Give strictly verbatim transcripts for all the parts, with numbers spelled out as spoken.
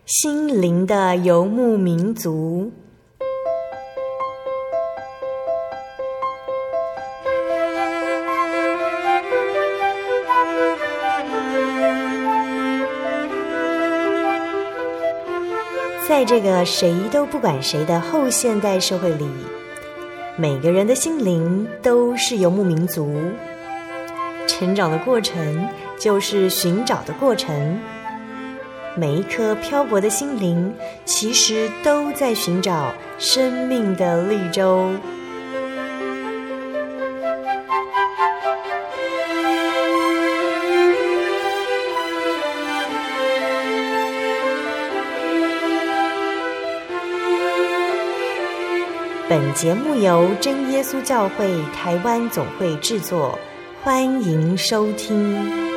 心灵的游牧民族。在这个谁都不管谁的后现代社会里，每个人的心灵都是游牧民族。成长的过程就是寻找的过程，每一颗漂泊的心灵其实都在寻找生命的绿洲。本节目由真耶稣教会台湾总会制作，欢迎收听。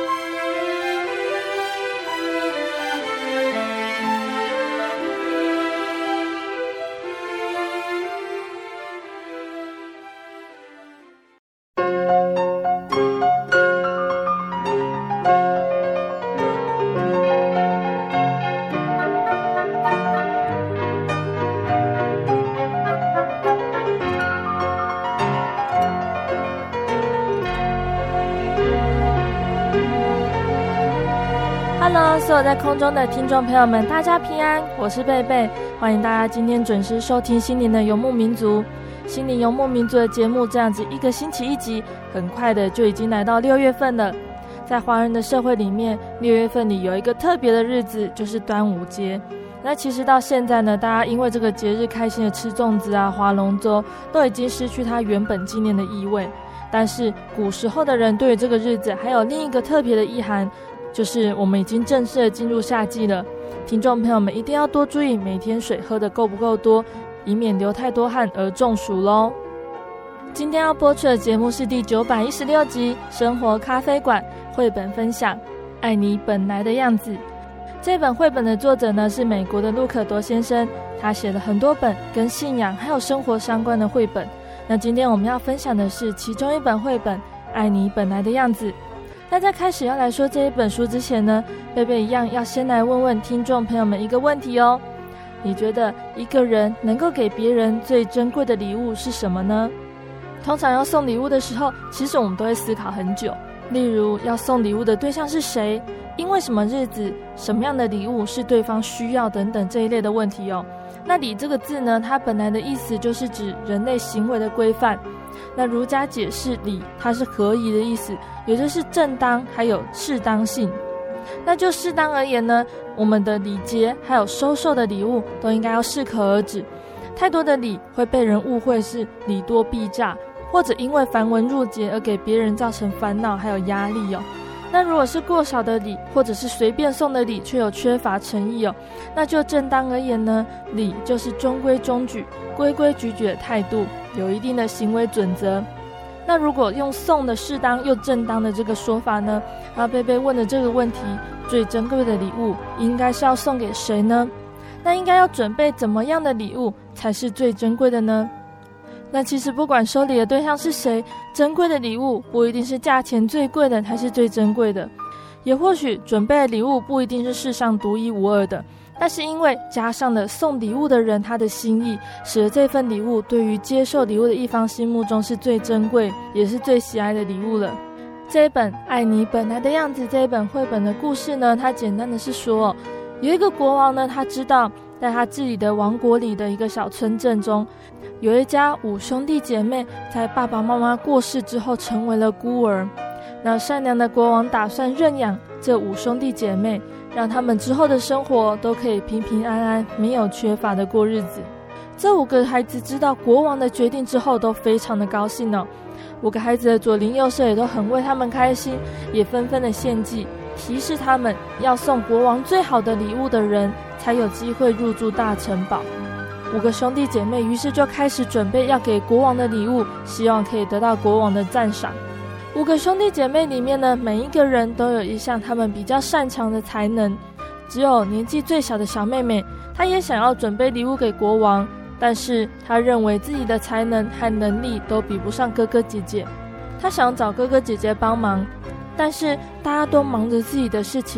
Hello， 所有在空中的听众朋友们，大家平安，我是贝贝，欢迎大家今天准时收听心灵的游牧民族。心灵游牧民族的节目这样子一个星期一集，很快的就已经来到六月份了。在华人的社会里面，六月份里有一个特别的日子，就是端午节。那其实到现在呢，大家因为这个节日开心的吃粽子啊、划龙舟，都已经失去它原本纪念的意味。但是古时候的人对于这个日子还有另一个特别的意涵，就是我们已经正式的进入夏季了，听众朋友们一定要多注意每天水喝的够不够多，以免流太多汗而中暑咯。今天要播出的节目是第九百一十六集生活咖啡馆绘本分享《爱你本来的样子》。这本绘本的作者呢是美国的路可多先生，他写了很多本跟信仰还有生活相关的绘本。那今天我们要分享的是其中一本绘本《爱你本来的样子》。那在开始要来说这一本书之前呢，贝贝一样要先来问问听众朋友们一个问题哦。你觉得一个人能够给别人最珍贵的礼物是什么呢？通常要送礼物的时候，其实我们都会思考很久，例如要送礼物的对象是谁，因为什么日子，什么样的礼物是对方需要等等这一类的问题哦。那礼这个字呢，它本来的意思就是指人类行为的规范。那儒家解释礼，它是合宜的意思，也就是正当还有适当性。那就适当而言呢，我们的礼节还有收受的礼物都应该要适可而止。太多的礼会被人误会是礼多必诈，或者因为繁文缛节而给别人造成烦恼还有压力哦。那如果是过少的礼，或者是随便送的礼却有缺乏诚意哦，那就正当而言呢，礼就是中规中矩、规规矩矩的态度，有一定的行为准则。那如果用送的适当又正当的这个说法呢，阿贝贝问的这个问题，最珍贵的礼物应该是要送给谁呢？那应该要准备怎么样的礼物才是最珍贵的呢？那其实不管收礼的对象是谁，珍贵的礼物不一定是价钱最贵的才是最珍贵的，也或许准备的礼物不一定是世上独一无二的，但是因为加上了送礼物的人他的心意，使得这份礼物对于接受礼物的一方心目中是最珍贵也是最喜爱的礼物了。这一本《爱你本来的样子》这一本绘本的故事呢，它简单的是说，有一个国王呢，他知道在他治理的王国里的一个小村镇中，有一家五兄弟姐妹在爸爸妈妈过世之后成为了孤儿。那善良的国王打算认养这五兄弟姐妹，让他们之后的生活都可以平平安安，没有缺乏的过日子。这五个孩子知道国王的决定之后都非常的高兴哦。五个孩子的左邻右舍也都很为他们开心，也纷纷的献祭，提示他们要送国王最好的礼物的人才有机会入住大城堡。五个兄弟姐妹于是就开始准备要给国王的礼物，希望可以得到国王的赞赏。五个兄弟姐妹里面呢，每一个人都有一项他们比较擅长的才能。只有年纪最小的小妹妹，她也想要准备礼物给国王，但是她认为自己的才能和能力都比不上哥哥姐姐。她想找哥哥姐姐帮忙，但是大家都忙着自己的事情，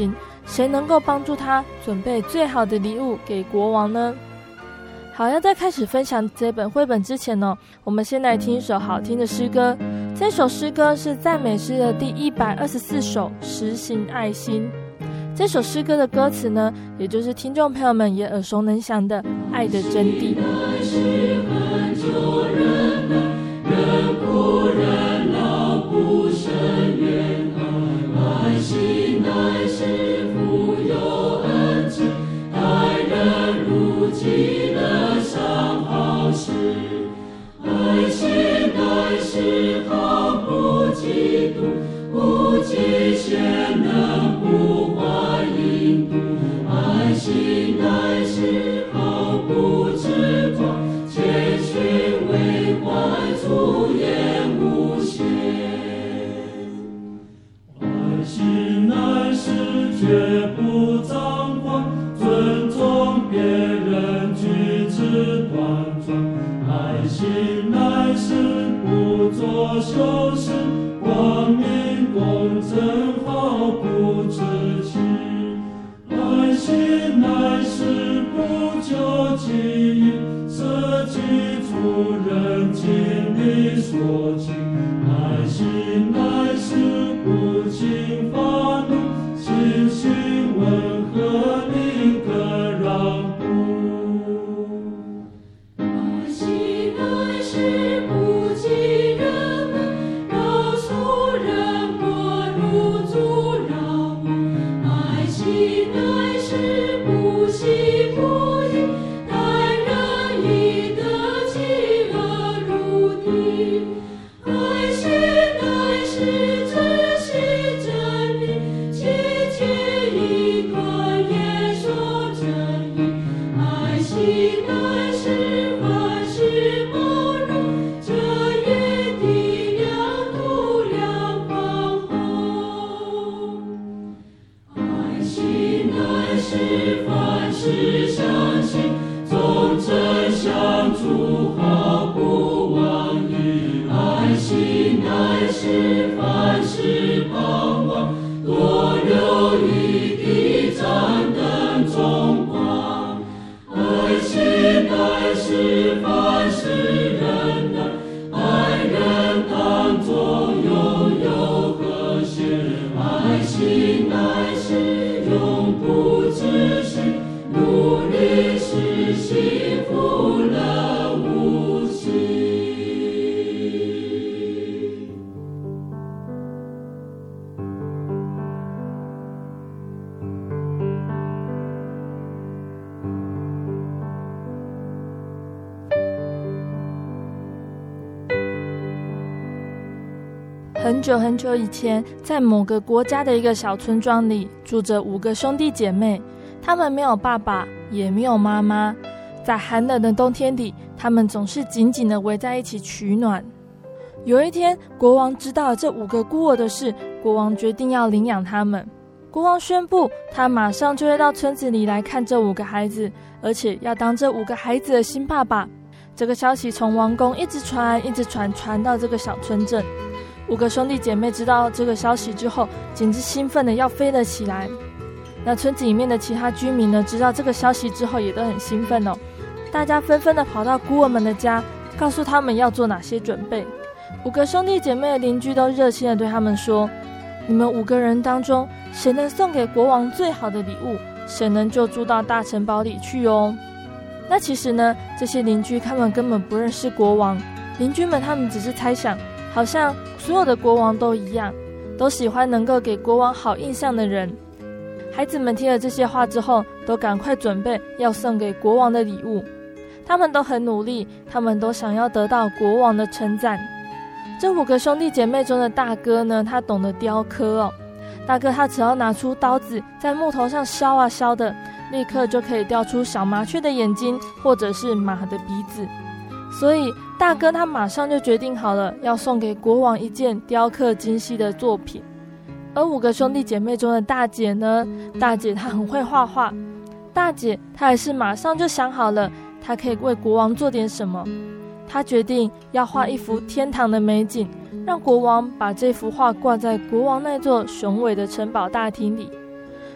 谁能够帮助他准备最好的礼物给国王呢？好，要在开始分享这本绘本之前呢，我们先来听一首好听的诗歌。这首诗歌是赞美诗的第一百二十四首《实行爱心》。这首诗歌的歌词呢，也就是听众朋友们也耳熟能详的爱的真谛。 人苦人劳不胜怨，爱心乃是富有恩慈，待人如己的上好事。爱心乃是毫不嫉妒，不计嫌能不怀引妒。爱心乃是毫不自夸，谦逊为怀出言无限。爱心乃是绝不张狂，尊重别人举止端庄。爱心乃是不作修饰，光明公正毫不自欺。爱心乃是不求己益，舍己出人情理所及。爱心乃是不轻发怒，心性温和，宁可让步。爱心乃是不欺人们，饶恕人过如阻扰我。爱心乃是不惜不义，待人以德弃恶如敌。爱心乃是知悉真理，切切一段也说真言。爱心乃是凡事包容，遮掩体谅度量宽宏。爱心乃是凡事相信，忠诚相处，毫不忘义。爱心乃是凡事盼望，多留一地展灯中光。爱心乃是凡事忍耐，爱人当中拥有和谐。爱心乃是永不止息，努力使幸福乐无息。 很久很久以前，在某个国家的一个小村庄里，住着五个兄弟姐妹。他们没有爸爸，也没有妈妈。在寒冷的冬天里，他们总是紧紧地围在一起取暖。有一天，国王知道了这五个孤儿的事，国王决定要领养他们。国王宣布，他马上就会到村子里来看这五个孩子，而且要当这五个孩子的新爸爸。这个消息从王宫一直传，一直传，传到这个小村镇。五个兄弟姐妹知道这个消息之后，简直兴奋的要飞了起来。那村子里面的其他居民呢，知道这个消息之后也都很兴奋哦，大家纷纷的跑到孤儿们的家，告诉他们要做哪些准备。五个兄弟姐妹的邻居都热心的对他们说，你们五个人当中，谁能送给国王最好的礼物，谁能就住到大城堡里去哦。那其实呢，这些邻居他们根本不认识国王，邻居们他们只是猜想，好像所有的国王都一样，都喜欢能够给国王好印象的人。孩子们听了这些话之后，都赶快准备要送给国王的礼物。他们都很努力，他们都想要得到国王的称赞。这五个兄弟姐妹中的大哥呢，他懂得雕刻哦。大哥他只要拿出刀子，在木头上削啊削的，立刻就可以雕出小麻雀的眼睛，或者是马的鼻子。所以大哥他马上就决定好了，要送给国王一件雕刻精细的作品。而五个兄弟姐妹中的大姐呢，大姐她很会画画，大姐她也是马上就想好了，她可以为国王做点什么。她决定要画一幅天堂的美景，让国王把这幅画挂在国王那座雄伟的城堡大厅里。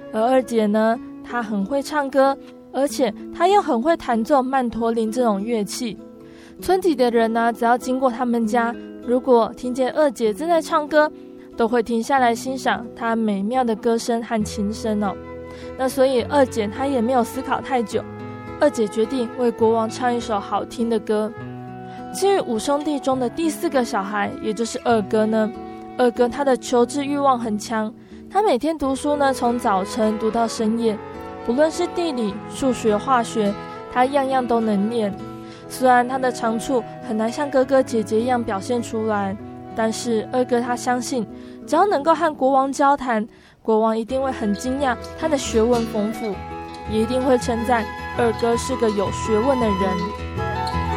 而二姐呢，她很会唱歌，而且她又很会弹奏曼陀林这种乐器。村里的人呢，只要经过他们家，如果听见二姐正在唱歌，都会停下来欣赏她美妙的歌声和琴声哦。那所以二姐她也没有思考太久，二姐决定为国王唱一首好听的歌。至于五兄弟中的第四个小孩，也就是二哥呢，二哥他的求知欲望很强，他每天读书呢，从早晨读到深夜，不论是地理、数学、化学，他样样都能念。虽然他的长处很难像哥哥姐姐一样表现出来，但是二哥他相信，只要能够和国王交谈，国王一定会很惊讶他的学问丰富，也一定会称赞二哥是个有学问的人。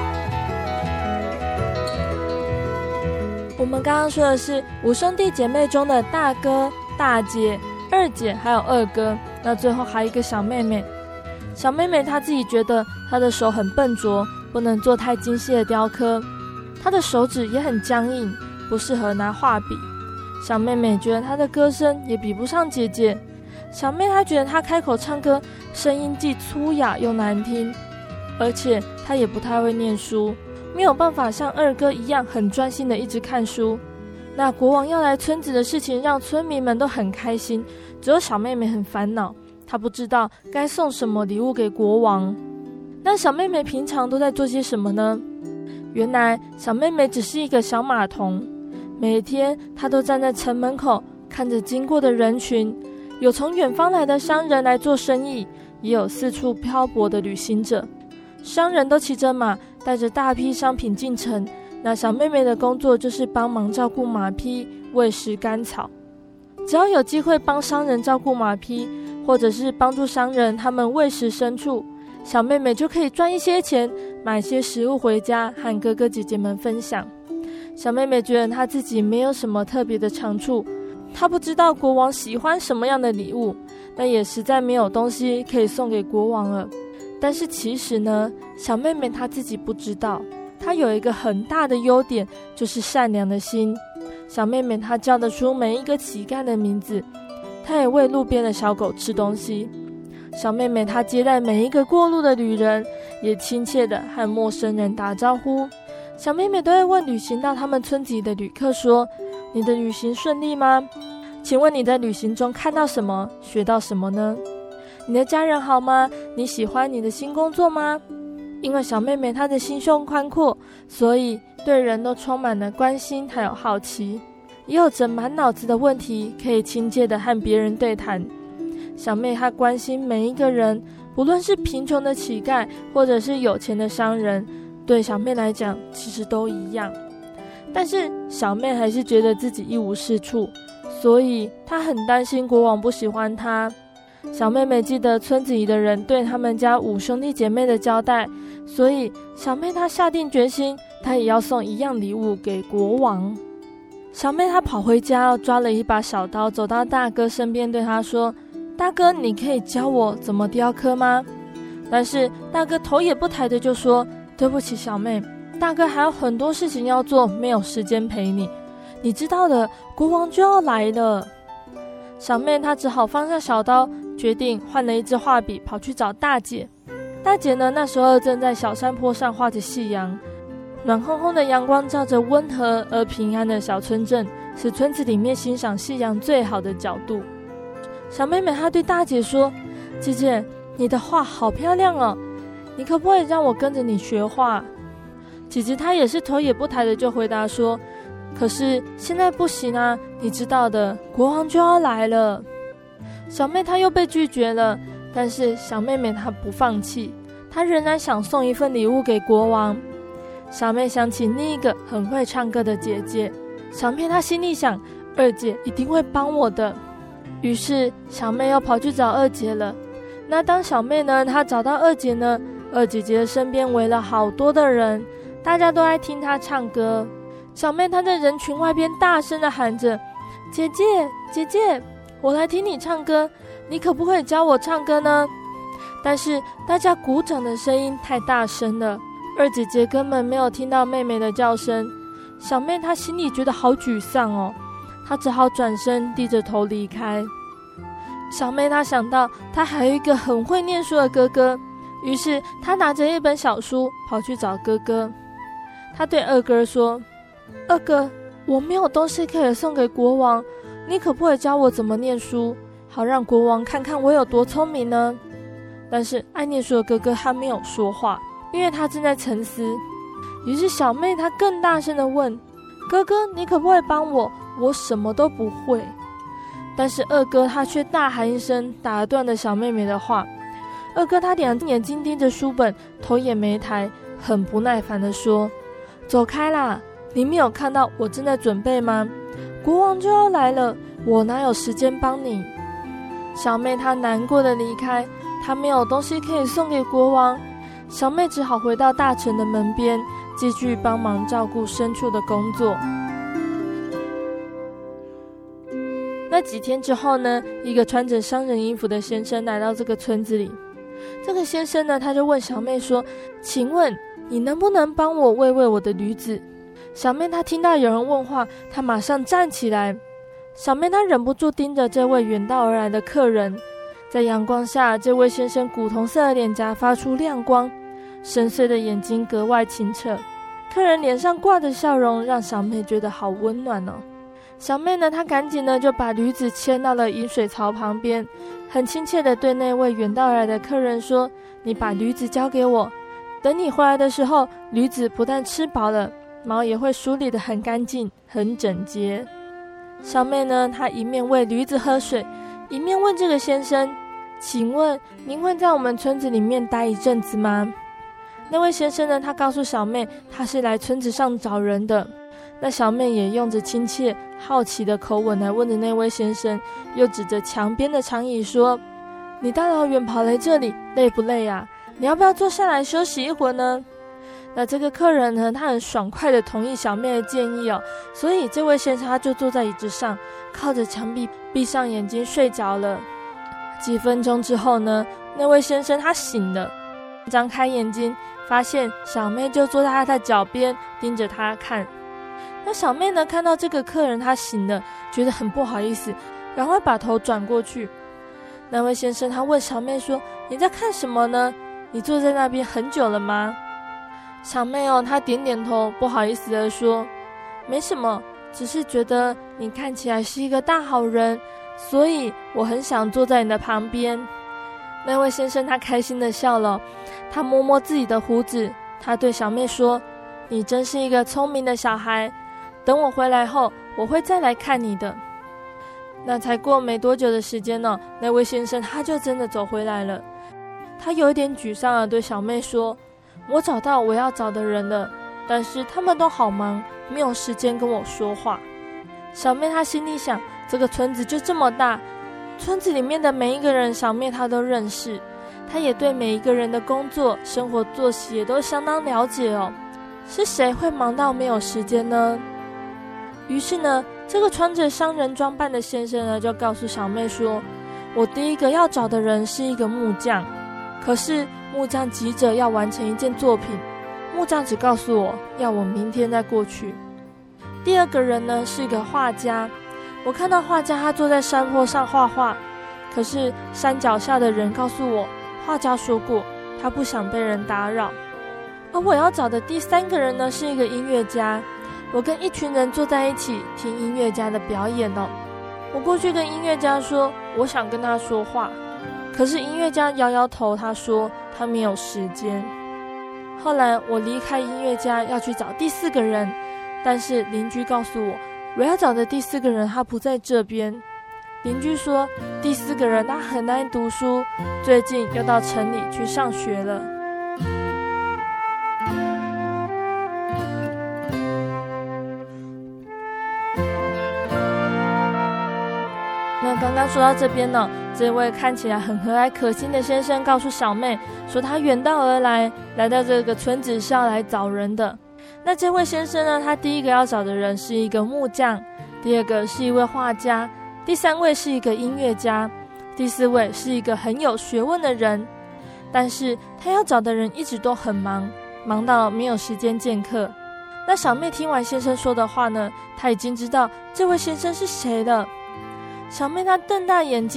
我们刚刚说的是五兄弟姐妹中的大哥、大姐、二姐还有二哥，那最后还有一个小妹妹。小妹妹她自己觉得她的手很笨拙，不能做太精细的雕刻，她的手指也很僵硬，不适合拿画笔。小妹妹觉得她的歌声也比不上姐姐。小妹她觉得她开口唱歌声音既粗哑又难听，而且她也不太会念书，没有办法像二哥一样很专心的一直看书。那国王要来村子的事情让村民们都很开心，只有小妹妹很烦恼，她不知道该送什么礼物给国王。那小妹妹平常都在做些什么呢？原来小妹妹只是一个小码童，每天她都站在城门口看着经过的人群，有从远方来的商人来做生意，也有四处漂泊的旅行者。商人都骑着马带着大批商品进城，那小妹妹的工作就是帮忙照顾马匹，喂食甘草。只要有机会帮商人照顾马匹，或者是帮助商人他们喂食牲畜，小妹妹就可以赚一些钱，买些食物回家和哥哥姐姐们分享。小妹妹觉得她自己没有什么特别的长处，她不知道国王喜欢什么样的礼物，那也实在没有东西可以送给国王了。但是其实呢，小妹妹她自己不知道，她有一个很大的优点，就是善良的心。小妹妹她叫得出每一个乞丐的名字，她也喂路边的小狗吃东西。小妹妹她接待每一个过路的旅人，也亲切地和陌生人打招呼。小妹妹都会问旅行到他们村子里的旅客说，你的旅行顺利吗？请问你在旅行中看到什么，学到什么呢？你的家人好吗？你喜欢你的新工作吗？因为小妹妹她的心胸宽阔，所以对人都充满了关心还有好奇，也有着满脑子的问题，可以亲切地和别人对谈。小妹她关心每一个人，不论是贫穷的乞丐或者是有钱的商人，对小妹来讲其实都一样。但是小妹还是觉得自己一无是处，所以她很担心国王不喜欢她。小妹妹记得村子里的人对他们家五兄弟姐妹的交代，所以小妹她下定决心，她也要送一样礼物给国王。小妹她跑回家，抓了一把小刀，走到大哥身边，对他说，大哥，你可以教我怎么雕刻吗？但是大哥头也不抬的就说，对不起小妹，大哥还有很多事情要做，没有时间陪你，你知道的，国王就要来了。小妹她只好放下小刀，决定换了一支画笔，跑去找大姐。大姐呢，那时候正在小山坡上画着夕阳，暖烘烘的阳光照着温和而平安的小村镇，是村子里面欣赏夕阳最好的角度。小妹妹她对大姐说，姐姐，你的画好漂亮哦，你可不可以让我跟着你学画？姐姐她也是头也不抬的就回答说，可是现在不行啊，你知道的，国王就要来了。小妹她又被拒绝了，但是小妹妹她不放弃，她仍然想送一份礼物给国王。小妹想起另一个很会唱歌的姐姐，小妹她心里想，二姐一定会帮我的。于是小妹又跑去找二姐了。那当小妹呢，她找到二姐呢，二姐姐的身边围了好多的人，大家都在听她唱歌。小妹她在人群外边大声地喊着，姐姐姐姐，我来听你唱歌，你可不可以教我唱歌呢？但是大家鼓掌的声音太大声了，二姐姐根本没有听到妹妹的叫声。小妹她心里觉得好沮丧哦，她只好转身低着头离开。 小妹她想到她还有一个很会念书的哥哥，于是她拿着一本小书跑去找哥哥。她对二哥说，二哥，我没有东西可以送给国王，你可不可以教我怎么念书，好让国王看看我有多聪明呢？但是爱念书的哥哥他没有说话，因为他正在沉思。于是小妹她更大声地问，哥哥，你可不可以帮我，我什么都不会。但是二哥他却大喊一声，打断了小妹妹的话。二哥他两眼睛盯着书本，头也没抬，很不耐烦地说，走开啦，你没有看到我正在准备吗？国王就要来了，我哪有时间帮你？小妹她难过的离开，她没有东西可以送给国王。小妹只好回到大城的门边，继续帮忙照顾牲畜的工作。那几天之后呢，一个穿着商人衣服的先生来到这个村子里。这个先生呢，他就问小妹说，请问你能不能帮我喂喂我的驴子？小妹她听到有人问话，她马上站起来。小妹她忍不住盯着这位远道而来的客人，在阳光下，这位先生古铜色的脸颊发出亮光，深邃的眼睛格外清澈。客人脸上挂着笑容，让小妹觉得好温暖哦。小妹呢，她赶紧呢就把驴子牵到了饮水槽旁边，很亲切地对那位远道而来的客人说，你把驴子交给我，等你回来的时候，驴子不但吃饱了，毛也会梳理得很干净，很整洁。小妹呢，她一面喂驴子喝水，一面问这个先生，请问您会在我们村子里面待一阵子吗？那位先生呢，他告诉小妹，他是来村子上找人的。那小妹也用着亲切好奇的口吻来问着那位先生，又指着墙边的长椅说，你大老远跑来这里，累不累啊？你要不要坐下来休息一会儿呢？那这个客人呢，他很爽快的同意小妹的建议哦，所以这位先生他就坐在椅子上，靠着墙壁闭上眼睛睡着了。几分钟之后呢，那位先生他醒了，张开眼睛，发现小妹就坐在他的脚边，盯着他看。那小妹呢，看到这个客人他醒了，觉得很不好意思，赶快把头转过去。那位先生他问小妹说，你在看什么呢？你坐在那边很久了吗？小妹哦，她点点头，不好意思地说，没什么，只是觉得你看起来是一个大好人，所以我很想坐在你的旁边。那位先生他开心地笑了，他摸摸自己的胡子，他对小妹说，你真是一个聪明的小孩，等我回来后，我会再来看你的。那才过没多久的时间呢，那位先生他就真的走回来了。他有一点沮丧地对小妹说，我找到我要找的人了，但是他们都好忙，没有时间跟我说话。小妹她心里想，这个村子就这么大，村子里面的每一个人小妹她都认识，她也对每一个人的工作生活作息也都相当了解哦，是谁会忙到没有时间呢？于是呢，这个穿着商人装扮的先生呢，就告诉小妹说，我第一个要找的人是一个木匠，可是木匠急着要完成一件作品，木匠只告诉我要我明天再过去。第二个人呢，是一个画家，我看到画家他坐在山坡上画画，可是山脚下的人告诉我，画家说过他不想被人打扰。而我要找的第三个人呢，是一个音乐家，我跟一群人坐在一起听音乐家的表演哦。我过去跟音乐家说，我想跟他说话，可是音乐家摇摇头，他说他没有时间。后来我离开音乐家要去找第四个人，但是邻居告诉我，我要找的第四个人他不在这边。邻居说，第四个人他很爱读书，最近要到城里去上学了。那刚刚说到这边呢，这位看起来很和蔼可亲的先生告诉小妹说，他远道而来，来到这个村子是要来找人的。那这位先生呢，他第一个要找的人是一个木匠，第二个是一位画家，第三位是一个音乐家，第四位是一个很有学问的人。但是他要找的人一直都很忙，忙到没有时间见客。那小妹听完先生说的话呢，她已经知道这位先生是谁了。小妹她瞪大眼睛，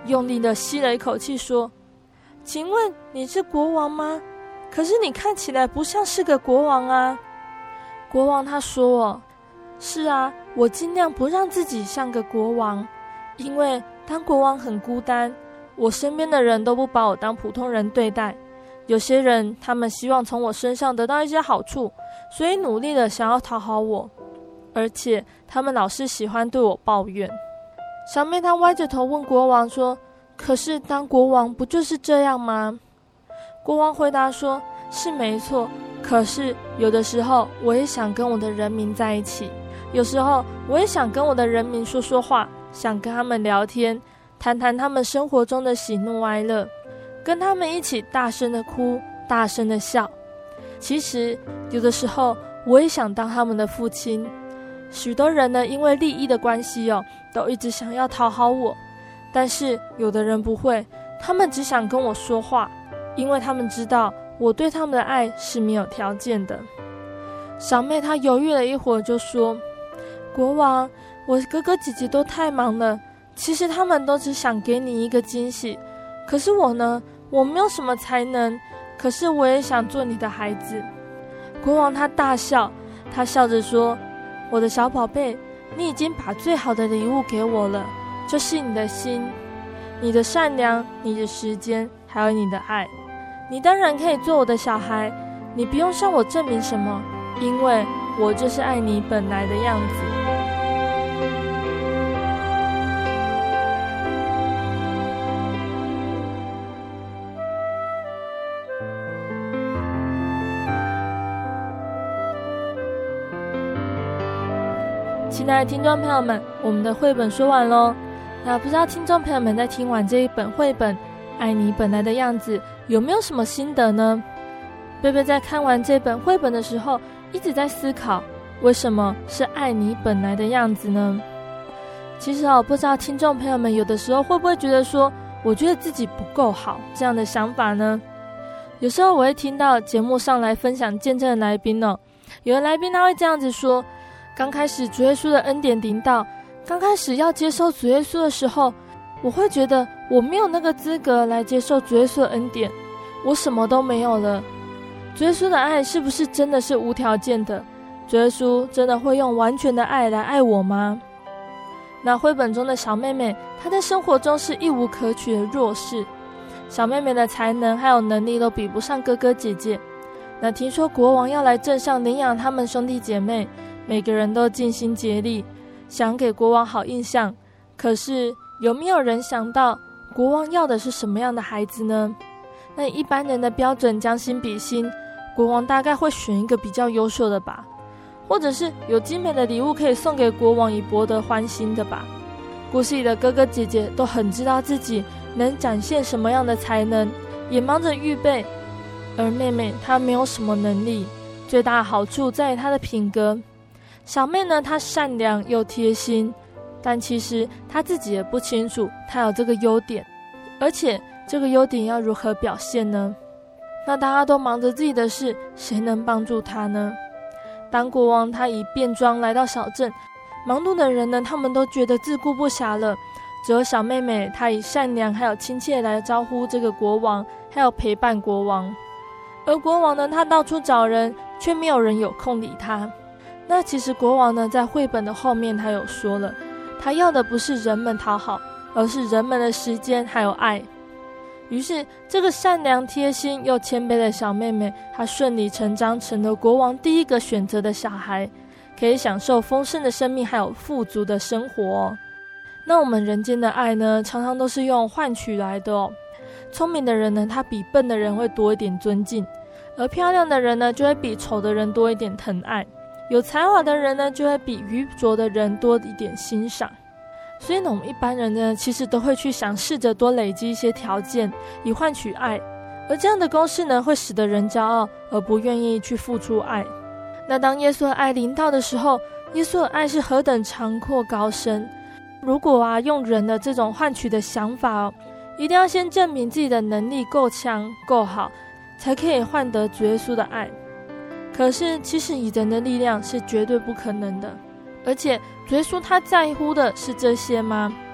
用力地吸了一口气说，请问你是国王吗？可是你看起来不像是个国王啊。国王他说哦，是啊，我尽量不让自己像个国王，因为当国王很孤单，我身边的人都不把我当普通人对待，有些人他们希望从我身上得到一些好处，所以努力的想要讨好我，而且他们老是喜欢对我抱怨。小妹她歪着头问国王说，可是当国王不就是这样吗？国王回答说，是没错，可是有的时候我也想跟我的人民在一起，有时候我也想跟我的人民说说话，想跟他们聊天，谈谈他们生活中的喜怒哀乐，跟他们一起大声的哭，大声的笑。其实有的时候我也想当他们的父亲。许多人呢，因为利益的关系哦，都一直想要讨好我，但是有的人不会，他们只想跟我说话，因为他们知道我对他们的爱是没有条件的。小妹她犹豫了一会儿就说，国王，我哥哥姐姐都太忙了，其实他们都只想给你一个惊喜，可是我呢，我没有什么才能，可是我也想做你的孩子。国王他大笑，他笑着说，我的小宝贝，你已经把最好的礼物给我了，就是你的心，你的善良，你的时间，还有你的爱。你当然可以做我的小孩，你不用向我证明什么，因为我就是爱你本来的样子。亲爱的听众朋友们，我们的绘本说完咯。那不知道听众朋友们在听完这一本绘本《爱你本来的样子》有没有什么心得呢？贝贝在看完这本绘本的时候一直在思考，为什么是爱你本来的样子呢？其实哦，不知道听众朋友们有的时候会不会觉得说，我觉得自己不够好这样的想法呢？有时候我会听到节目上来分享见证的来宾哦，有的来宾他会这样子说，刚开始主耶稣的恩典临到，刚开始要接受主耶稣的时候，我会觉得我没有那个资格来接受主耶稣的恩典，我什么都没有了。主耶稣的爱是不是真的是无条件的？主耶稣真的会用完全的爱来爱我吗？那绘本中的小妹妹，她在生活中是一无可取的弱势，小妹妹的才能还有能力都比不上哥哥姐姐。那听说国王要来镇上领养他们兄弟姐妹，每个人都尽心竭力，想给国王好印象。可是有没有人想到，国王要的是什么样的孩子呢？那一般人的标准将心比心，国王大概会选一个比较优秀的吧，或者是有精美的礼物可以送给国王以博得欢心的吧。故事里的哥哥姐姐都很知道自己能展现什么样的才能，也忙着预备。而妹妹她没有什么能力，最大的好处在于她的品格。小妹呢，她善良又贴心，但其实她自己也不清楚她有这个优点，而且这个优点要如何表现呢？那大家都忙着自己的事，谁能帮助她呢？当国王他以便装来到小镇，忙碌的人呢，他们都觉得自顾不暇了，只有小妹妹她以善良还有亲切来招呼这个国王，还有陪伴国王。而国王呢，他到处找人，却没有人有空理他。那其实国王呢，在绘本的后面他有说了，他要的不是人们讨好，而是人们的时间还有爱。于是这个善良贴心又谦卑的小妹妹，她顺理成章成了国王第一个选择的小孩，可以享受丰盛的生命还有富足的生活哦。那我们人间的爱呢，常常都是用换取来的哦。聪明的人呢，他比笨的人会多一点尊敬，而漂亮的人呢，就会比丑的人多一点疼爱，有才华的人呢，就会比愚拙的人多一点欣赏。所以呢，我们一般人呢，其实都会去想试着多累积一些条件，以换取爱，而这样的公式呢，会使得人骄傲，而不愿意去付出爱。那当耶稣的爱临到的时候，耶稣的爱是何等长阔高深。如果啊，用人的这种换取的想法哦，一定要先证明自己的能力够强够好，才可以换得主耶稣的爱。可是其实以人的力量是绝对不可能的，而且主耶稣他在乎的是这些吗？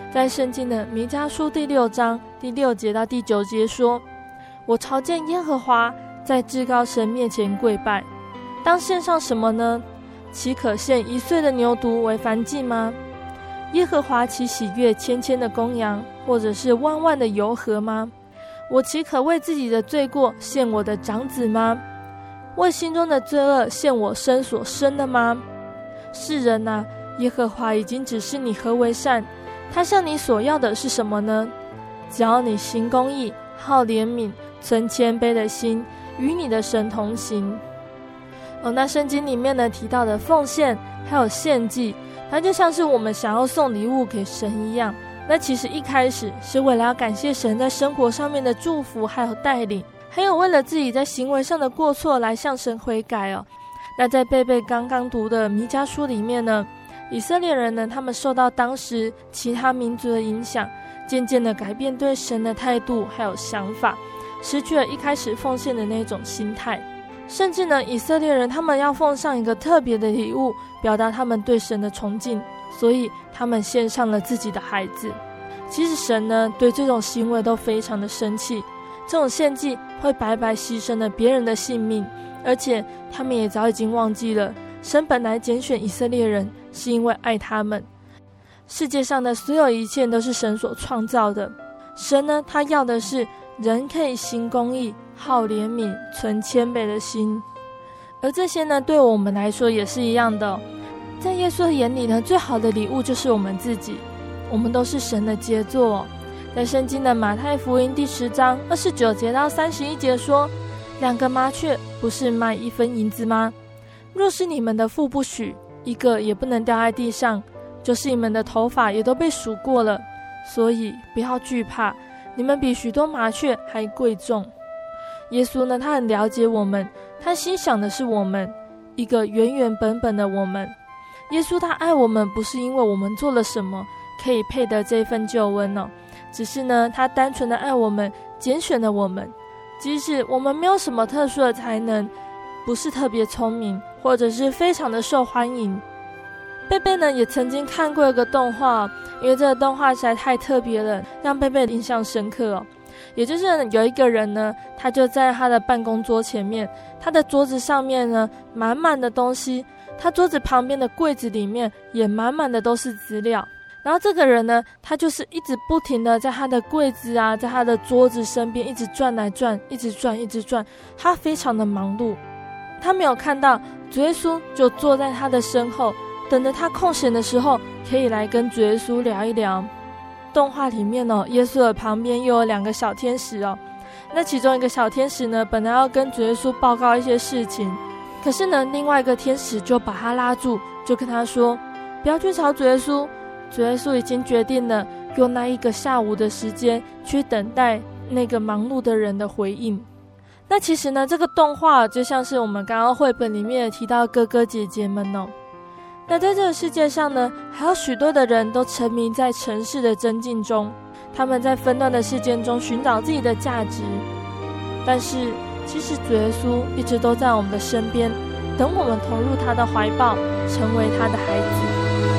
在圣经的弥迦书第六章第六节到第九节说，我朝见耶和华，在至高神面前跪拜，当献上什么呢？岂可献一岁的牛犊为燔祭吗？耶和华岂喜悦千千的公羊，或者是万万的油河吗？我岂可为自己的罪过献我的长子吗？为心中的罪恶献我生所生的吗？世人啊，耶和华已经指示你何为善，他向你所要的是什么呢？只要你行公义，好怜悯，存谦卑的心，与你的神同行。哦，那圣经里面呢提到的奉献还有献祭，它就像是我们想要送礼物给神一样。那其实一开始是为了要感谢神在生活上面的祝福还有带领，还有为了自己在行为上的过错来向神悔改哦。那在贝贝刚刚读的弥迦书里面呢，以色列人呢，他们受到当时其他民族的影响，渐渐的改变对神的态度还有想法，失去了一开始奉献的那种心态。甚至呢，以色列人他们要奉上一个特别的礼物，表达他们对神的崇敬，所以他们献上了自己的孩子。其实神呢，对这种行为都非常的生气，这种献祭会白白牺牲了别人的性命，而且他们也早已经忘记了，神本来拣选以色列人是因为爱他们。世界上的所有一切都是神所创造的，神呢，他要的是人可以行公义，好怜悯，存谦卑的心。而这些呢，对我们来说也是一样的哦。在耶稣的眼里呢，最好的礼物就是我们自己，我们都是神的杰作哦。在圣经的马太福音第十章二十九节到三十一节说，两个麻雀不是卖一分银子吗？若是你们的父不许，一个也不能掉在地上，就是你们的头发也都被数过了。所以不要惧怕，你们比许多麻雀还贵重。耶稣呢，他很了解我们，他心想的是我们，一个原原本本的我们。耶稣他爱我们，不是因为我们做了什么可以配得这份救恩哦，只是呢，他单纯的爱我们，拣选了我们。即使我们没有什么特殊的才能，不是特别聪明，或者是非常的受欢迎。贝贝呢，也曾经看过一个动画，因为这个动画实在太特别了，让贝贝印象深刻哦。也就是有一个人呢，他就在他的办公桌前面，他的桌子上面呢满满的东西，他桌子旁边的柜子里面也满满的都是资料。然后这个人呢，他就是一直不停的在他的柜子啊，在他的桌子身边一直转来转，一直转一直转，他非常的忙碌。他没有看到主耶稣就坐在他的身后，等着他空闲的时候可以来跟主耶稣聊一聊。动画里面哦，耶稣的旁边又有两个小天使哦。那其中一个小天使呢，本来要跟主耶稣报告一些事情，可是呢，另外一个天使就把他拉住，就跟他说，不要去吵主耶稣，主耶稣已经决定了用那一个下午的时间去等待那个忙碌的人的回应。那其实呢，这个动画就像是我们刚刚绘本里面提到哥哥姐姐们哦。那在这个世界上呢，还有许多的人都沉迷在尘世的争竞中，他们在纷乱的世界中寻找自己的价值。但是其实主耶稣一直都在我们的身边，等我们投入他的怀抱，成为他的孩子。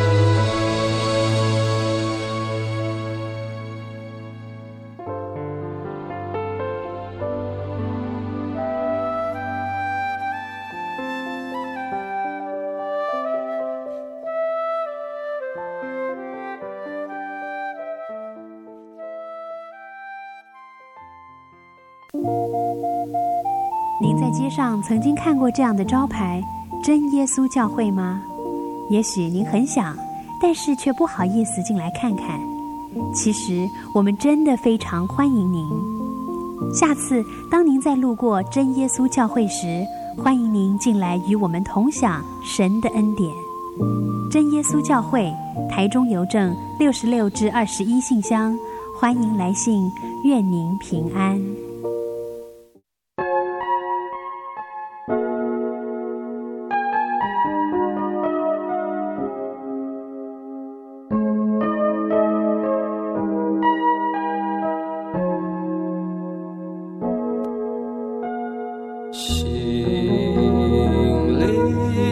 您在街上曾经看过这样的招牌“真耶稣教会”吗？也许您很想，但是却不好意思进来看看。其实我们真的非常欢迎您。下次当您在路过真耶稣教会时，欢迎您进来与我们同享神的恩典。真耶稣教会，台中邮政六十六至二十一信箱，欢迎来信，愿您平安。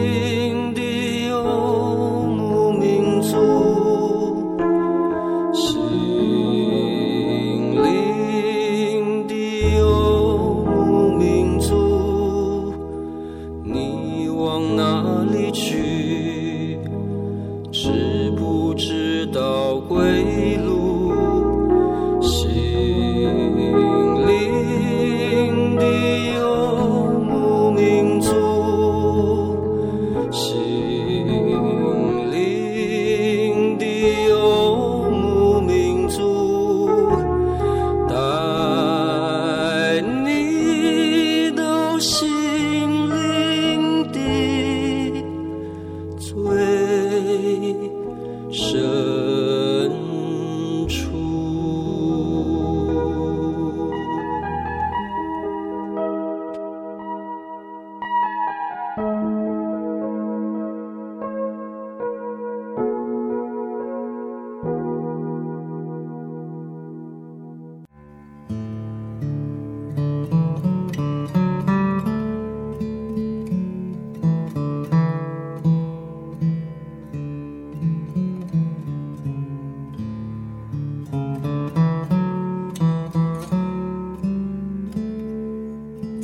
是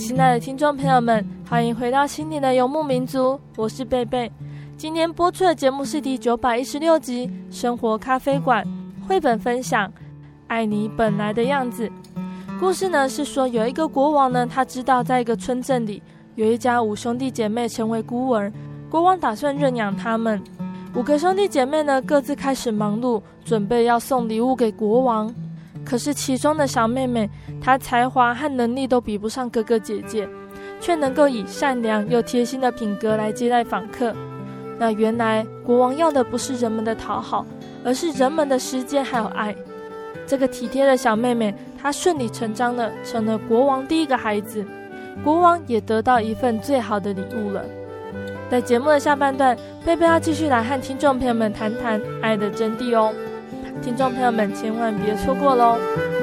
亲爱的听众朋友们，欢迎回到心灵的游牧民族，我是贝贝。今天播出的节目是第九百一十六集生活咖啡馆绘本分享爱你本来的样子。故事呢是说，有一个国王呢，他知道在一个村镇里有一家五兄弟姐妹成为孤儿，国王打算认养他们。五个兄弟姐妹呢各自开始忙碌，准备要送礼物给国王。可是其中的小妹妹，她才华和能力都比不上哥哥姐姐，却能够以善良又贴心的品格来接待访客。那原来国王要的不是人们的讨好，而是人们的时间还有爱。这个体贴的小妹妹，她顺理成章的成了国王第一个孩子，国王也得到一份最好的礼物了。在节目的下半段，贝贝要继续来和听众朋友们谈谈爱的真谛哦，听众朋友们千万别错过咯。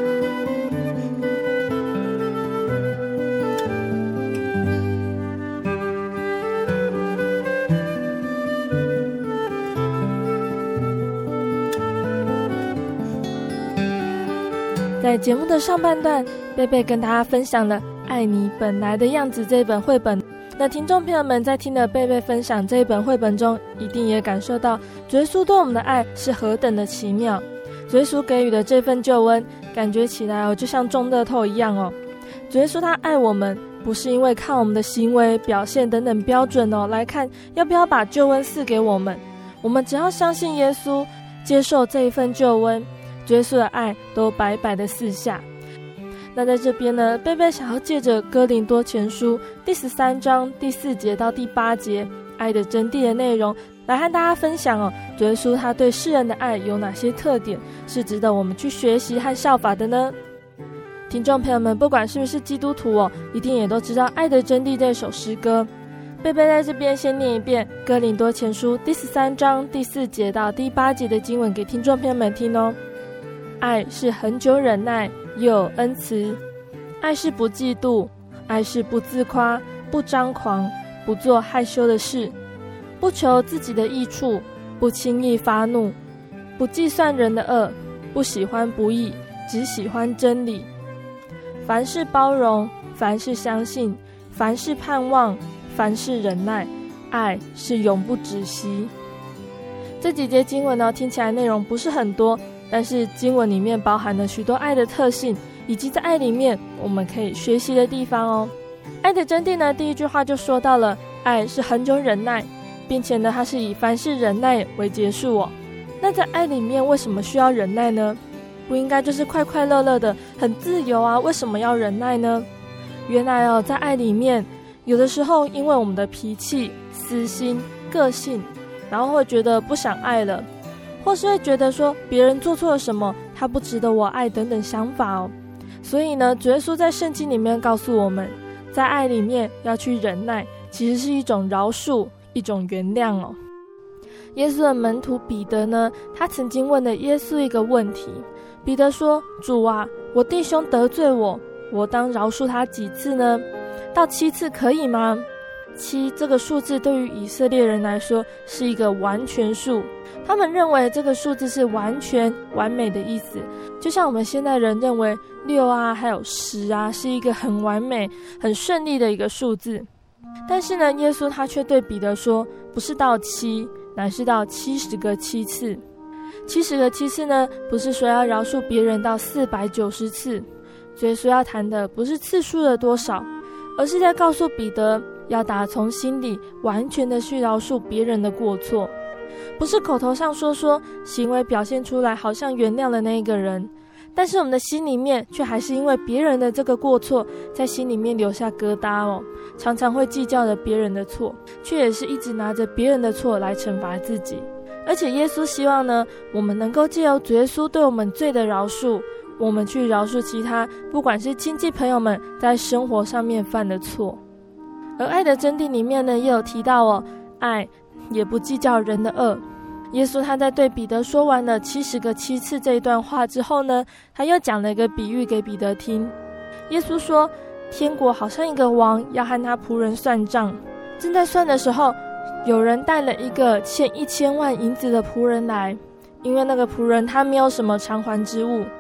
在节目的上半段，贝贝跟大家分享了《爱你本来的样子》这本绘本。那听众朋友们在听了贝贝分享这一本绘本中，一定也感受到主耶稣对我们的爱是何等的奇妙。主耶稣给予的这份救恩，感觉起来哦，就像中乐透一样哦。主耶稣他爱我们，不是因为看我们的行为、表现等等标准哦来看要不要把救恩赐给我们。我们只要相信耶稣，接受这一份救恩，主耶稣的爱都白白的赐下。那在这边呢，贝贝想要借着哥林多前书第十三章第四节到第八节爱的真谛的内容，来和大家分享哦，主耶稣他对世人的爱有哪些特点是值得我们去学习和效法的呢？听众朋友们，不管是不是基督徒哦，一定也都知道《爱的真谛》这首诗歌。贝贝在这边先念一遍哥林多前书第十三章第四节到第八节的经文给听众朋友们听哦。爱是恒久忍耐，又有恩慈；爱是不嫉妒，爱是不自夸，不张狂，不做害羞的事，不求自己的益处，不轻易发怒，不计算人的恶，不喜欢不义，只喜欢真理。凡事包容，凡事相信，凡事盼望，凡事忍耐，爱是永不止息。这几节经文呢，听起来内容不是很多，但是经文里面包含了许多爱的特性，以及在爱里面我们可以学习的地方哦。爱的真谛呢，第一句话就说到了爱是恒久忍耐，并且呢它是以凡事忍耐为结束哦。那在爱里面为什么需要忍耐呢？不应该就是快快乐乐的很自由啊，为什么要忍耐呢？原来哦，在爱里面有的时候因为我们的脾气、私心、个性，然后会觉得不想爱了，或是会觉得说别人做错了什么，他不值得我爱等等想法哦。所以呢，主耶稣在圣经里面告诉我们，在爱里面要去忍耐，其实是一种饶恕，一种原谅哦。耶稣的门徒彼得呢，他曾经问了耶稣一个问题。彼得说：主啊，我弟兄得罪我，我当饶恕他几次呢？到七次可以吗？七这个数字对于以色列人来说是一个完全数，他们认为这个数字是完全完美的意思，就像我们现在人认为六啊还有十啊是一个很完美很顺利的一个数字。但是呢，耶稣他却对彼得说，不是到七，乃是到七十个七次。七十个七次呢，不是说要饶恕别人到四百九十次，所以说要谈的不是次数的多少，而是在告诉彼得要打从心里完全的去饶恕别人的过错，不是口头上说说，行为表现出来好像原谅了那一个人，但是我们的心里面却还是因为别人的这个过错在心里面留下疙瘩哦，常常会计较着别人的错，却也是一直拿着别人的错来惩罚自己。而且耶稣希望呢，我们能够藉由主耶稣对我们罪的饶恕，我们去饶恕其他不管是亲戚朋友们在生活上面犯的错。而爱的真谛里面呢，也有提到哦，爱也不计较人的恶。耶稣他在对彼得说完了七十个七次这一段话之后呢，他又讲了一个比喻给彼得听。耶稣说，天国好像一个王要和他仆人算账，正在算的时候，有人带了一个欠一千万银子的仆人来，因为那个仆人他没有什么偿还之物。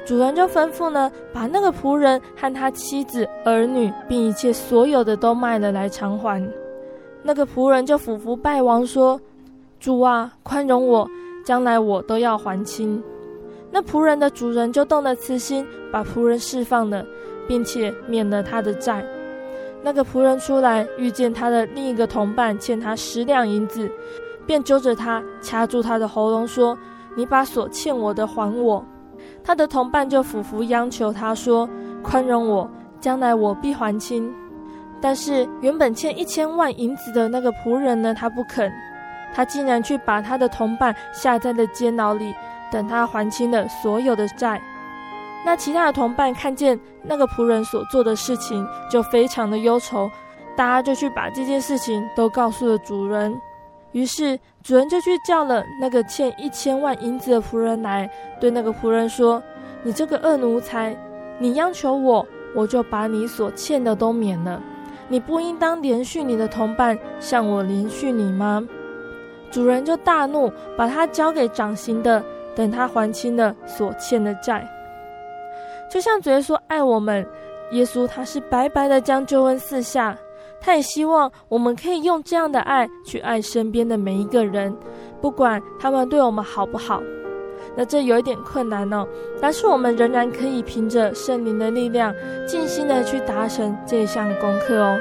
主人就吩咐呢，把那个仆人和他妻子、儿女，并一切所有的都卖了来偿还。那个仆人就俯伏拜王说：主啊，宽容我，将来我都要还清。那仆人的主人就动了慈心，把仆人释放了，并且免了他的债。那个仆人出来，遇见他的另一个同伴欠他十两银子，便揪着他，掐住他的喉咙说：你把所欠我的还我。他的同伴就俯伏央求他说：宽容我，将来我必还清。但是原本欠一千万银子的那个仆人呢，他不肯，他竟然去把他的同伴下在了监牢里，等他还清了所有的债。那其他的同伴看见那个仆人所做的事情，就非常的忧愁，大家就去把这件事情都告诉了主人。于是主人就去叫了那个欠一千万银子的仆人来，对那个仆人说：你这个恶奴才，你央求我，我就把你所欠的都免了，你不应当连续你的同伴，像我连续你吗？主人就大怒，把他交给掌刑的，等他还清了所欠的债。就像主耶稣爱我们，耶稣他是白白的将救恩赐下，他也希望我们可以用这样的爱去爱身边的每一个人，不管他们对我们好不好。那这有一点困难哦，但是我们仍然可以凭着圣灵的力量，尽心的去达成这项功课哦。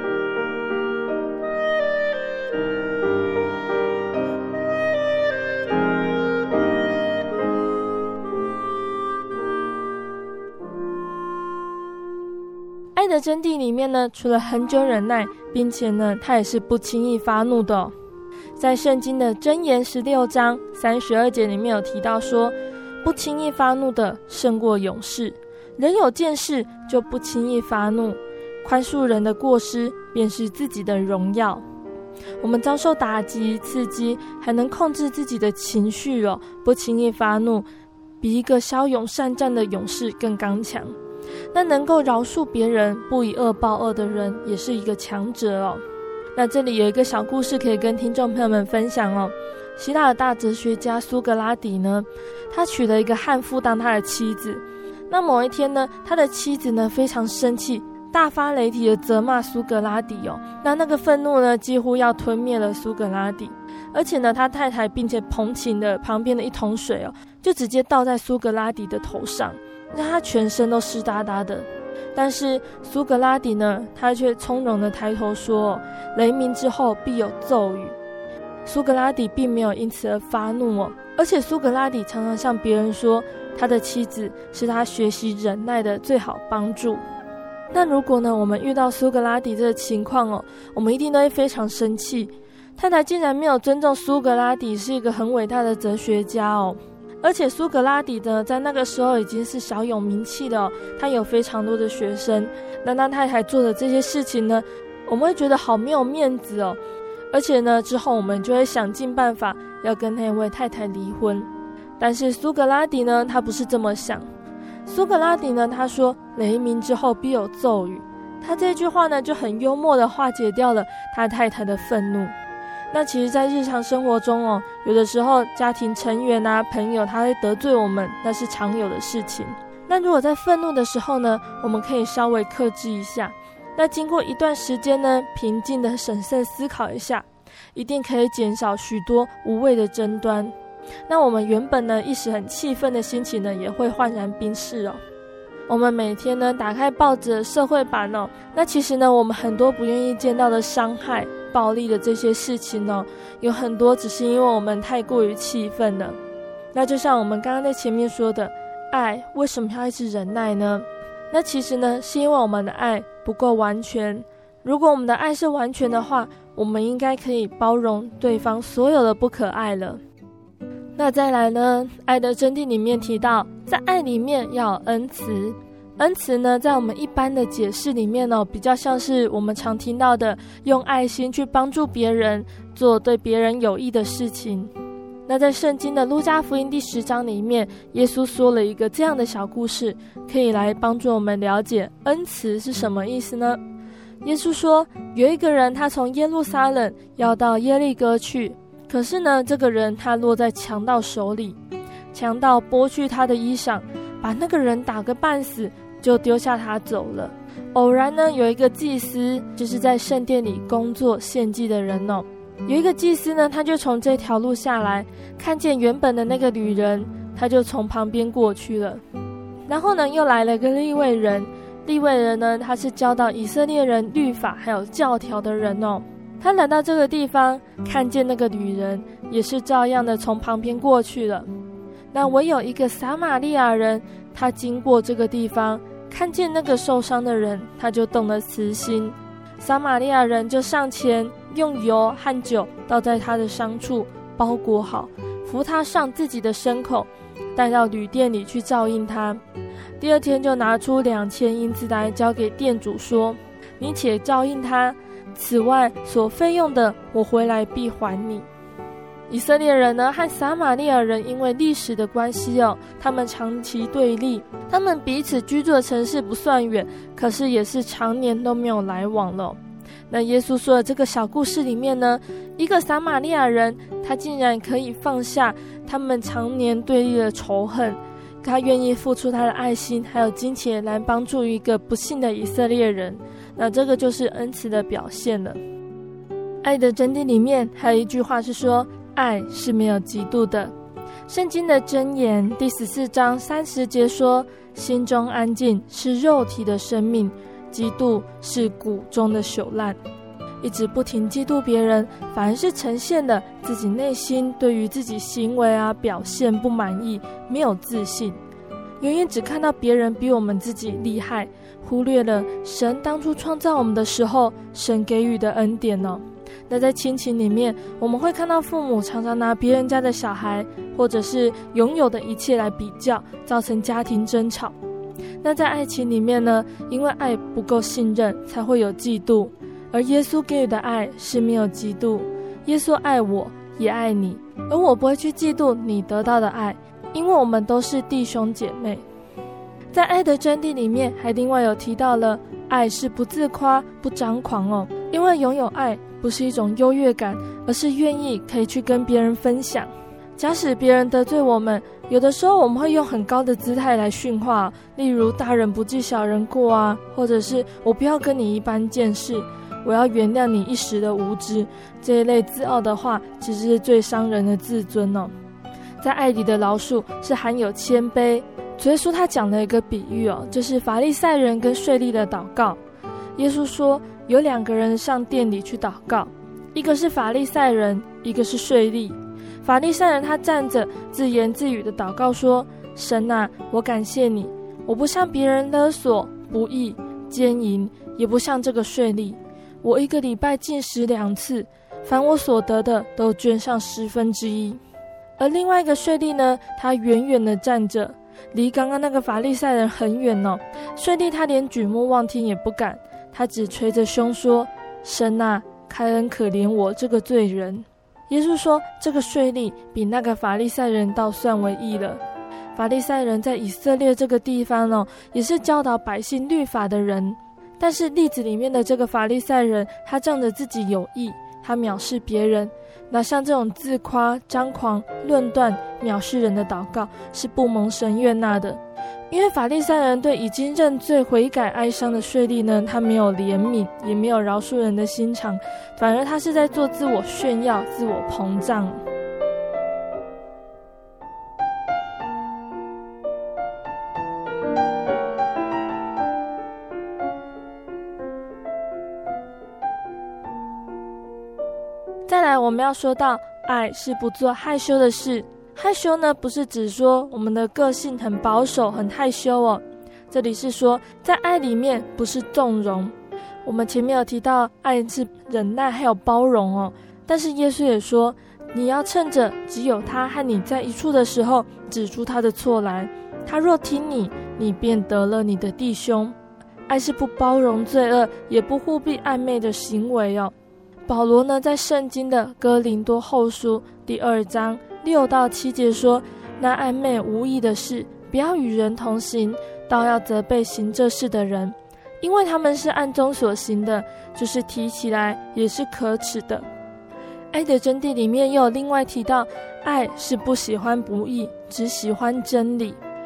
爱的真谛里面呢，除了恒久忍耐，并且呢，他也是不轻易发怒的哦。在圣经的箴言十六章三十二节里面有提到说，不轻易发怒的胜过勇士，人有见识就不轻易发怒，宽恕人的过失便是自己的荣耀。我们遭受打击刺激，还能控制自己的情绪哦，不轻易发怒，比一个骁勇善战的勇士更刚强。那能够饶恕别人，不以恶报恶的人，也是一个强者哦。那这里有一个小故事可以跟听众朋友们分享哦。希腊的大哲学家苏格拉底呢，他娶了一个悍妇当他的妻子。那某一天呢，他的妻子呢非常生气，大发雷霆的责骂苏格拉底哦。那那个愤怒呢，几乎要吞灭了苏格拉底。而且呢，他太太并且捧起了旁边的一桶水哦，就直接倒在苏格拉底的头上，让他全身都湿哒哒的。但是苏格拉底呢，他却从容的抬头说：雷鸣之后必有骤雨。苏格拉底并没有因此而发怒哦，而且苏格拉底常常向别人说，他的妻子是他学习忍耐的最好帮助。那如果呢，我们遇到苏格拉底这个情况哦，我们一定都会非常生气。太太竟然没有尊重苏格拉底是一个很伟大的哲学家哦。而且苏格拉底呢，在那个时候已经是小有名气的哦，他有非常多的学生。那他太太做的这些事情呢，我们会觉得好没有面子哦。而且呢，之后我们就会想尽办法要跟那位太太离婚。但是苏格拉底呢，他不是这么想。苏格拉底呢，他说雷鸣之后必有骤雨。他这句话呢，就很幽默的化解掉了他太太的愤怒。那其实在日常生活中哦，有的时候家庭成员啊、朋友他会得罪我们，那是常有的事情。那如果在愤怒的时候呢，我们可以稍微克制一下。那经过一段时间呢，平静的审慎思考一下，一定可以减少许多无谓的争端。那我们原本呢一时很气愤的心情呢，也会焕然冰释哦。我们每天呢打开报纸的社会版哦，那其实呢我们很多不愿意见到的伤害、暴力的这些事情哦，有很多只是因为我们太过于气愤了。那就像我们刚刚在前面说的，爱为什么要一直忍耐呢？那其实呢是因为我们的爱不够完全。如果我们的爱是完全的话，我们应该可以包容对方所有的不可爱了。那再来呢，爱的真谛里面提到，在爱里面要有恩慈。恩慈呢，在我们一般的解释里面呢、哦，比较像是我们常听到的用爱心去帮助别人，做对别人有益的事情。那在圣经的路加福音第十章里面，耶稣说了一个这样的小故事，可以来帮助我们了解恩慈是什么意思呢？耶稣说，有一个人他从耶路撒冷要到耶利哥去，可是呢，这个人他落在强盗手里，强盗剥去他的衣裳， 把那个人打个半死，就丢下他走了。偶然呢，有一个祭司，就是在圣殿里工作献祭的人哦。有一个祭司呢，他就从这条路下来，看见原本的那个旅人，他就从旁边过去了。然后呢，又来了个利未人，利未人呢，他是教导以色列人律法还有教条的人哦。他来到这个地方，看见那个旅人，也是照样的从旁边过去了。那唯有一个撒玛利亚人，他经过这个地方，看见那个受伤的人，他就动了慈心。撒玛利亚人就上前，用油和酒倒在他的伤处，包裹好，扶他上自己的牲口，带到旅店里去照应他。第二天就拿出两千银子来交给店主，说：你且照应他，此外所费用的，我回来必还你。以色列人呢和撒玛利亚人因为历史的关系哦，他们长期对立，他们彼此居住的城市不算远，可是也是常年都没有来往了。那耶稣说的这个小故事里面呢，一个撒玛利亚人，他竟然可以放下他们常年对立的仇恨，他愿意付出他的爱心还有金钱来帮助一个不幸的以色列人，那这个就是恩慈的表现了。爱的真谛里面还有一句话是说，爱是没有嫉妒的。圣经的箴言第十四章三十节说，心中安静是肉体的生命，嫉妒是骨中的朽烂。一直不停嫉妒别人，反而是呈现了自己内心对于自己行为啊表现不满意，没有自信，永远只看到别人比我们自己厉害，忽略了神当初创造我们的时候神给予的恩典哦。那在亲情里面，我们会看到父母常常拿别人家的小孩或者是拥有的一切来比较，造成家庭争吵。那在爱情里面呢，因为爱不够信任，才会有嫉妒。而耶稣给予的爱是没有嫉妒，耶稣爱我也爱你，而我不会去嫉妒你得到的爱，因为我们都是弟兄姐妹。在爱的真谛里面还另外有提到了，爱是不自夸不张狂哦，因为拥有爱不是一种优越感，而是愿意可以去跟别人分享。假使别人得罪我们，有的时候我们会用很高的姿态来训话，例如大人不计小人过啊，或者是我不要跟你一般见识，我要原谅你一时的无知，这一类自傲的话其实是最伤人的自尊哦。在爱里的饶恕是含有谦卑。主耶稣他讲了一个比喻哦，就是法利赛人跟税吏的祷告。耶稣说有两个人上殿里去祷告，一个是法利赛人，一个是税吏。法利赛人他站着自言自语的祷告说，神啊，我感谢你，我不向别人勒索不义奸淫，也不像这个税吏，我一个礼拜进食两次，凡我所得的都捐上十分之一。而另外一个税吏呢，他远远的站着，离刚刚那个法利赛人很远哦。税吏他连举目望听也不敢，他只捶着胸说，神啊，开恩可怜我这个罪人。耶稣说这个税吏比那个法利赛人倒算为义了。法利赛人在以色列这个地方哦，也是教导百姓律法的人，但是例子里面的这个法利赛人，他仗着自己有义，他藐视别人。那像这种自夸张狂论断藐视人的祷告是不蒙神悦纳的。因为法利赛人对已经认罪悔改哀伤的税吏呢，他没有怜悯，也没有饶恕人的心肠，反而他是在做自我炫耀自我膨胀。再来我们要说到爱是不做害羞的事。害羞呢，不是指说我们的个性很保守很害羞哦，这里是说在爱里面不是纵容。我们前面有提到爱是忍耐还有包容哦，但是耶稣也说你要趁着只有他和你在一处的时候指出他的错来，他若听你，你便得了你的弟兄。爱是不包容罪恶，也不护庇暧昧的行为哦。保罗呢，在圣经的哥林多后书第二章六到七节说，那暧昧无益的事，不要与人同行，倒要责备行这事的人，因为他们是暗中所行的，就是提起来也是可耻的。爱的真谛里面又有另外提到，爱是不喜欢不义，只喜欢真理。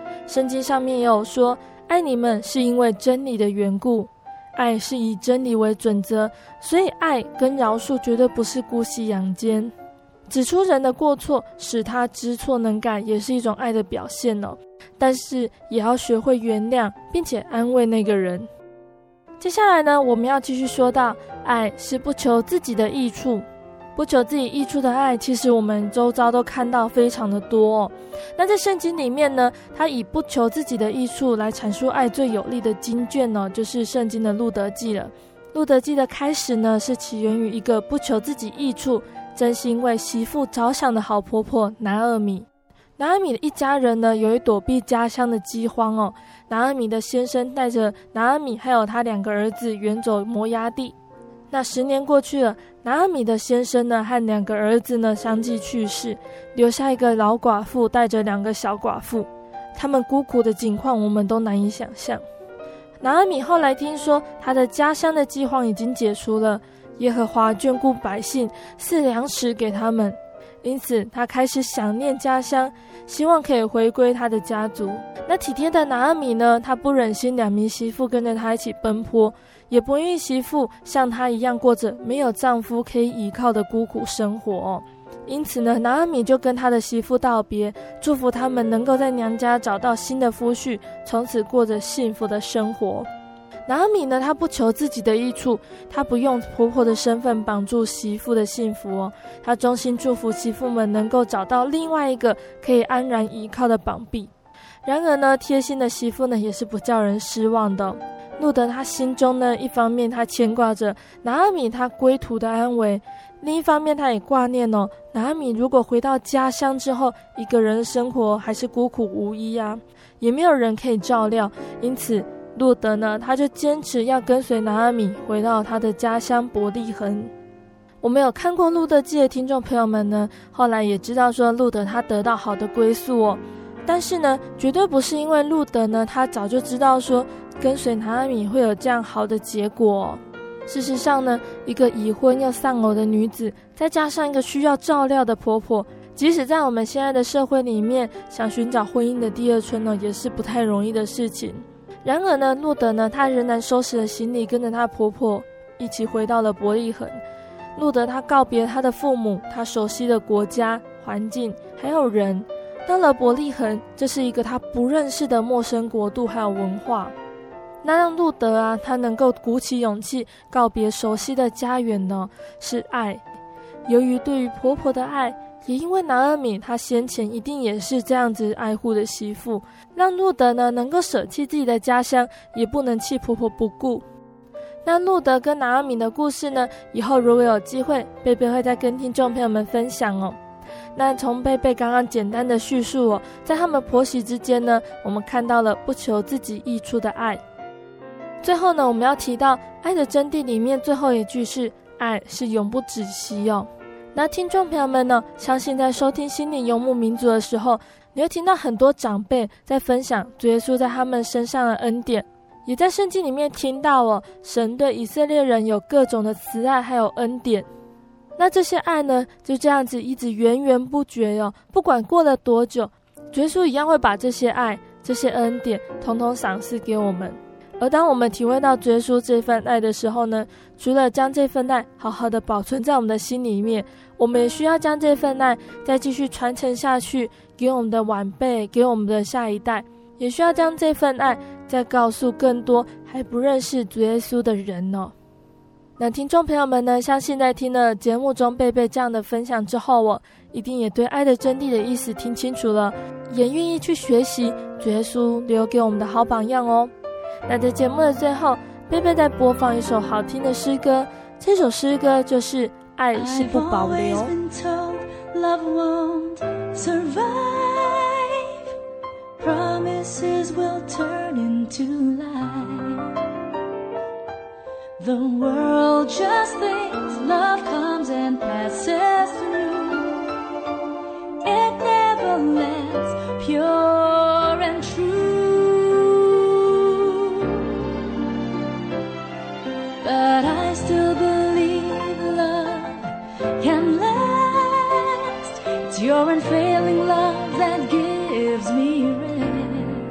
圣经上面也有说，爱你们是因为真理的缘故，爱是以真理为准则，所以爱跟饶恕绝对不是姑息养奸。指出人的过错，使他知错能改，也是一种爱的表现哦。但是也要学会原谅，并且安慰那个人。接下来呢，我们要继续说到，爱是不求自己的益处。不求自己益处的爱，其实我们周遭都看到非常的多哦。那在圣经里面呢，他以不求自己的益处来阐述爱最有力的经卷呢，就是圣经的路德记了。路德记的开始呢，是起源于一个不求自己益处，真心为媳妇着想的好婆婆拿俄米。拿俄米的一家人呢，由于躲避家乡的饥荒哦，拿俄米的先生带着拿俄米还有他两个儿子远走摩押地。那十年过去了，拿俄米的先生呢和两个儿子呢相继去世，留下一个老寡妇带着两个小寡妇，他们孤苦的境况我们都难以想象。拿俄米后来听说他的家乡的饥荒已经解除了，耶和华眷顾百姓，赐粮食给他们，因此他开始想念家乡，希望可以回归他的家族。那体贴的拿俄米呢，他不忍心两名媳妇跟着他一起奔波，也不愿意媳妇像他一样过着没有丈夫可以依靠的孤苦生活哦。因此呢，拿俄米就跟他的媳妇道别，祝福他们能够在娘家找到新的夫婿，从此过着幸福的生活。拿俄米呢，他不求自己的益处，他不用婆婆的身份绑住媳妇的幸福哦，他衷心祝福媳妇们能够找到另外一个可以安然依靠的绑臂。然而呢，贴心的媳妇呢，也是不叫人失望的。路德他心中呢，一方面他牵挂着拿俄米他归途的安危，另一方面他也挂念哦，拿俄米如果回到家乡之后，一个人生活还是孤苦无依啊，也没有人可以照料。因此路德呢，他就坚持要跟随拿俄米回到他的家乡伯利恒。我们有看过路德记的听众朋友们呢，后来也知道说路德他得到好的归宿哦。但是呢，绝对不是因为路德呢，他早就知道说跟随拿俄米会有这样好的结果哦。事实上呢，一个已婚又丧偶的女子，再加上一个需要照料的婆婆，即使在我们现在的社会里面，想寻找婚姻的第二春呢，也是不太容易的事情。然而呢，路德呢，她仍然收拾了行李，跟着她婆婆一起回到了伯利恒。路德她告别她的父母，她熟悉的国家、环境还有人，到了伯利恒，这是一个她不认识的陌生国度还有文化。那让路德啊，他能够鼓起勇气告别熟悉的家园呢，是爱。由于对于婆婆的爱，也因为拿俄米她先前一定也是这样子爱护的媳妇，让路德呢能够舍弃自己的家乡，也不能弃婆婆不顾。那路德跟拿俄米的故事呢，以后如果有机会，贝贝会再跟听众朋友们分享哦。那从贝贝刚刚简单的叙述哦，在他们婆媳之间呢，我们看到了不求自己益处的爱。最后呢，我们要提到爱的真谛里面最后一句是爱是永不止息哦。那听众朋友们呢，相信在收听心灵游牧民族的时候，你会听到很多长辈在分享主耶稣在他们身上的恩典，也在圣经里面听到哦，神对以色列人有各种的慈爱还有恩典。那这些爱呢，就这样子一直源源不绝哦，不管过了多久，主耶稣一样会把这些爱这些恩典统统赏赐给我们。而当我们体会到主耶稣这份爱的时候呢，除了将这份爱好好的保存在我们的心里面，我们也需要将这份爱再继续传承下去，给我们的晚辈，给我们的下一代，也需要将这份爱再告诉更多还不认识主耶稣的人哦。那听众朋友们呢，相信在听了节目中贝贝这样的分享之后，我一定也对爱的真谛的意思听清楚了，也愿意去学习主耶稣留给我们的好榜样哦。那在节目的最后，贝贝再播放一首好听的诗歌，这首诗歌就是《爱是不保留》。 Love won't survive. Promises will turn into lies. The world just thinks love comes and passes through. It never lasts pure and true.But I still believe love can last. It's your unfailing love that gives me rest.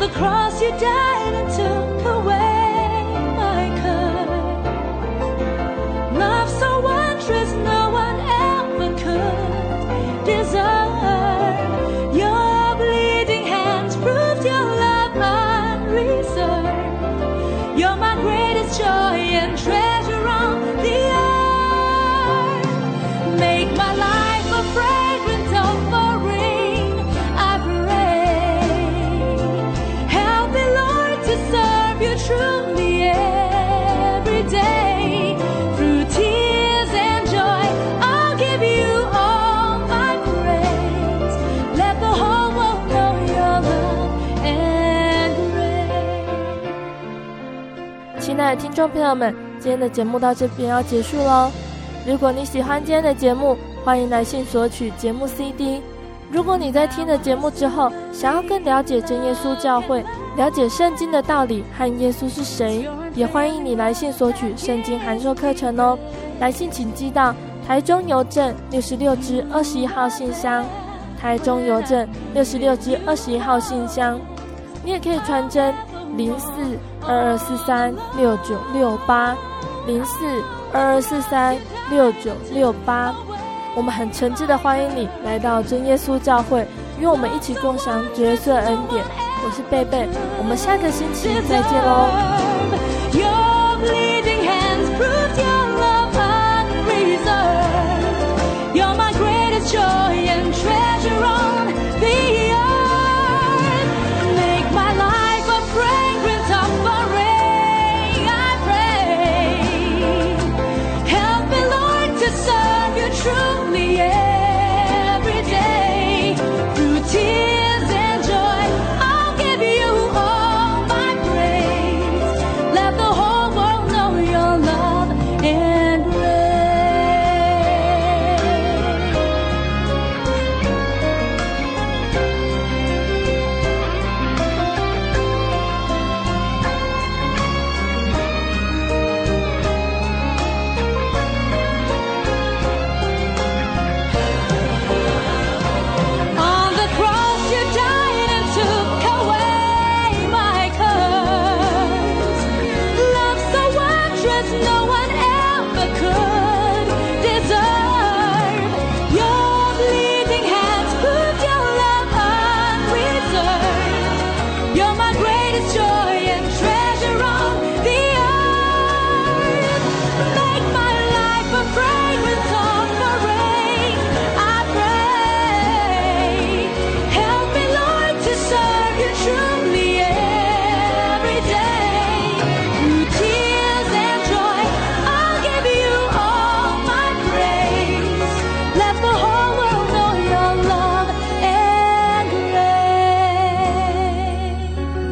the cross you died and took away my curse. Love so wondrous no one ever could deserve. Your bleeding hands proved your love unreserved. You're my greatest joy and treasure on the earth. Make my life a fragrant offering, I pray. Help me, Lord, to serve you truly every day. Through tears and joy, I'll give you all my praise. Let the whole world know your love and grace. 亲爱的听众朋友们，今天的节目到这边要结束咯。如果你喜欢今天的节目，欢迎来信索取节目 C D。 如果你在听了节目之后想要更了解真耶稣教会，了解圣经的道理和耶稣是谁，也欢迎你来信索取圣经函授课程哦。来信请寄到台中邮政六十六支二十一号信箱，台中邮政六十六支二十一号信箱。你也可以传真零四二二四三六九六八零四二二四三六九六八。我们很诚挚的欢迎你来到真耶稣教会，与我们一起共享主耶稣的恩典。我是贝贝，我们下个星期再见喽。 Your bleeding hands proved your love unreserved. You're my greatest joy and treasure on the earth. Make my life a fragrant offering, I pray. Help me, Lord, to serve you truly every day. Through tears and joy, I'll give you all my praise. Let the whole world know your love and grace. On the cross you died and took away my curse. Love so wondrous no one ever could deserve. Your bleeding hands proved your love unreserved. You're my greatest joy and treasure on the earth. Make my life a fragrant offering, I pray. Help me, Lord, to serve you truly every day. Through tears and joy, I'll give you all my praise. Let the whole world know your love and grace.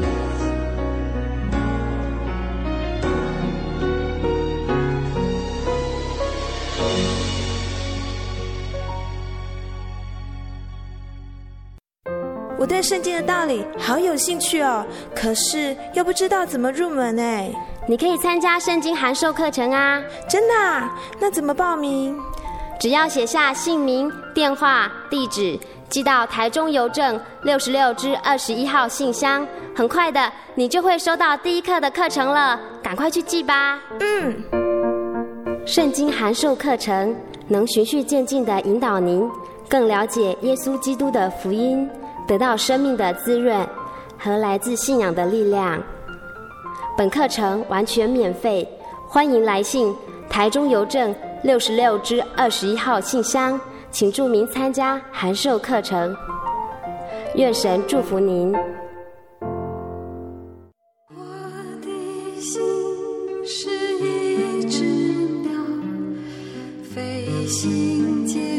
我对圣经的道理好有兴趣哦，可是又不知道怎么入门哎。 你可以参加圣经函授课程啊！ 真的啊？那怎么报名？ 只要写下姓名、电话、地址，寄到台中邮政六十六支二十一号信箱，很快的，你就会收到第一课的课程了。赶快去寄吧！ 嗯， 圣经函授课程能循序渐进地引导您更了解耶稣基督的福音，得到生命的滋润和来自信仰的力量。本课程完全免费，欢迎来信台中邮政六十六支二十一号信箱，请注明参加函授课程。愿神祝福您。 我的心是一只鸟，飞行间